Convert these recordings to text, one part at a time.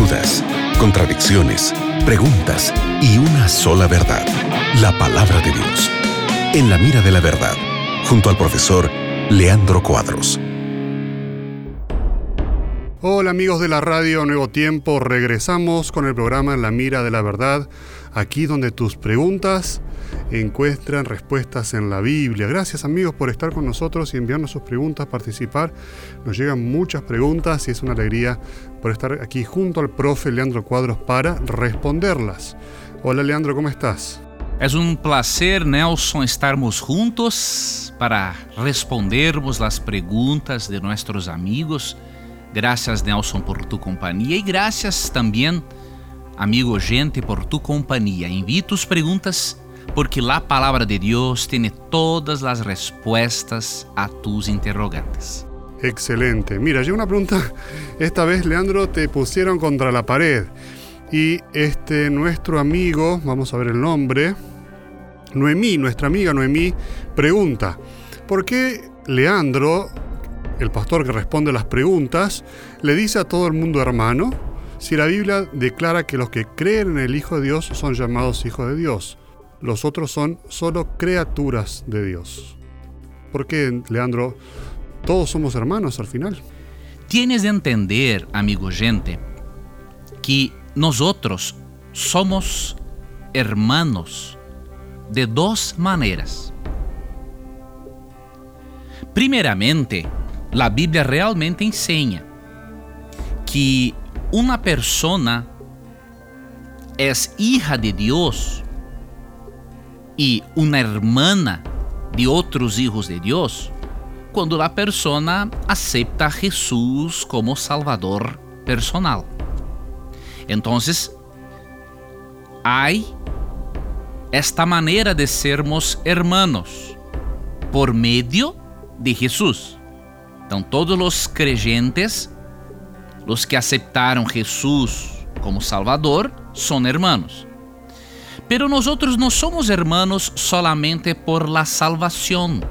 dudas, contradicciones, preguntas y una sola verdad, la palabra de Dios. En la mira de la verdad, junto al profesor Leandro Cuadros. Hola amigos de la radio Nuevo Tiempo, regresamos con el programa En la mira de la verdad, aquí donde tus preguntas encuentran respuestas en la Biblia. Gracias amigos por estar con nosotros y enviarnos sus preguntas, participar. Nos llegan muchas preguntas y es una alegría por estar aquí junto al profe Leandro Cuadros para responderlas. Hola Leandro, ¿cómo estás? Es un placer, Nelson, estarmos juntos para respondermos las preguntas de nuestros amigos. Gracias, Nelson, por tu compañía y gracias también, amigo oyente, por tu compañía. Envíe tus preguntas porque la palabra de Dios tiene todas las respuestas a tus interrogantes. Excelente. Mira, llega una pregunta. Esta vez, Leandro, te pusieron contra la pared. Y nuestro amigo, vamos a ver el nombre, Noemí, nuestra amiga Noemí, pregunta: ¿por qué Leandro, el pastor que responde las preguntas, le dice a todo el mundo hermano, si la Biblia declara que los que creen en el Hijo de Dios son llamados hijos de Dios? Los otros son solo criaturas de Dios. ¿Por qué, Leandro, todos somos hermanos al final? Tienes de entender, amigo oyente, que nosotros somos hermanos de dos maneras. Primeramente, la Biblia realmente enseña que una persona es hija de Dios y una hermana de otros hijos de Dios cuando la persona acepta a Jesús como Salvador personal. Entonces, hay esta manera de sermos hermanos por medio de Jesús. Então, todos los creyentes, los que aceptaron Jesús como Salvador, son hermanos. Pero nosotros no somos hermanos solamente por la salvación.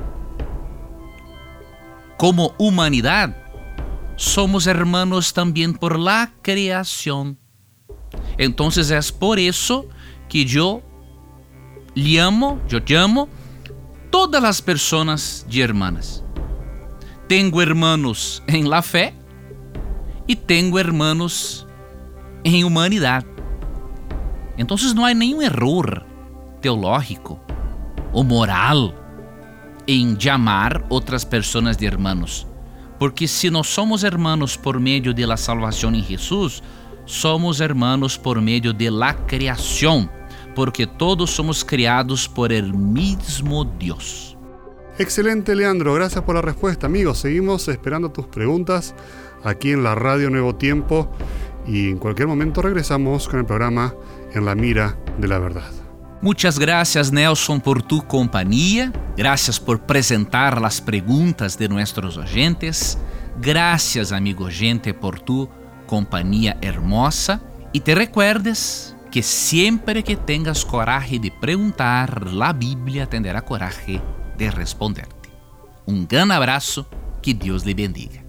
Como humanidad, somos hermanos también por la creación. Entonces es por eso que yo llamo todas las personas de hermanas. Tengo hermanos en la fe y tengo hermanos en humanidad. Entonces no hay ningún error teológico o moral en llamar otras personas de hermanos. Porque si no somos hermanos por medio de la salvación en Jesús, somos hermanos por medio de la creación, porque todos somos criados por el mismo Dios. Excelente, Leandro, gracias por la respuesta. Amigos, seguimos esperando tus preguntas aquí en la Radio Nuevo Tiempo y en cualquier momento regresamos con el programa En la mira de la verdad. Muchas gracias, Nelson, por tu compañía. Gracias por presentar las preguntas de nuestros oyentes. Gracias, amigo oyente, por tu compañía hermosa. Y te recuerdes que siempre que tengas coraje de preguntar, la Biblia tendrá coraje de responderte. Un gran abrazo, que Dios le bendiga.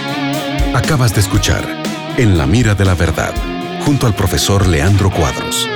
Acabas de escuchar En la mira de la verdad, junto al profesor Leandro Cuadros.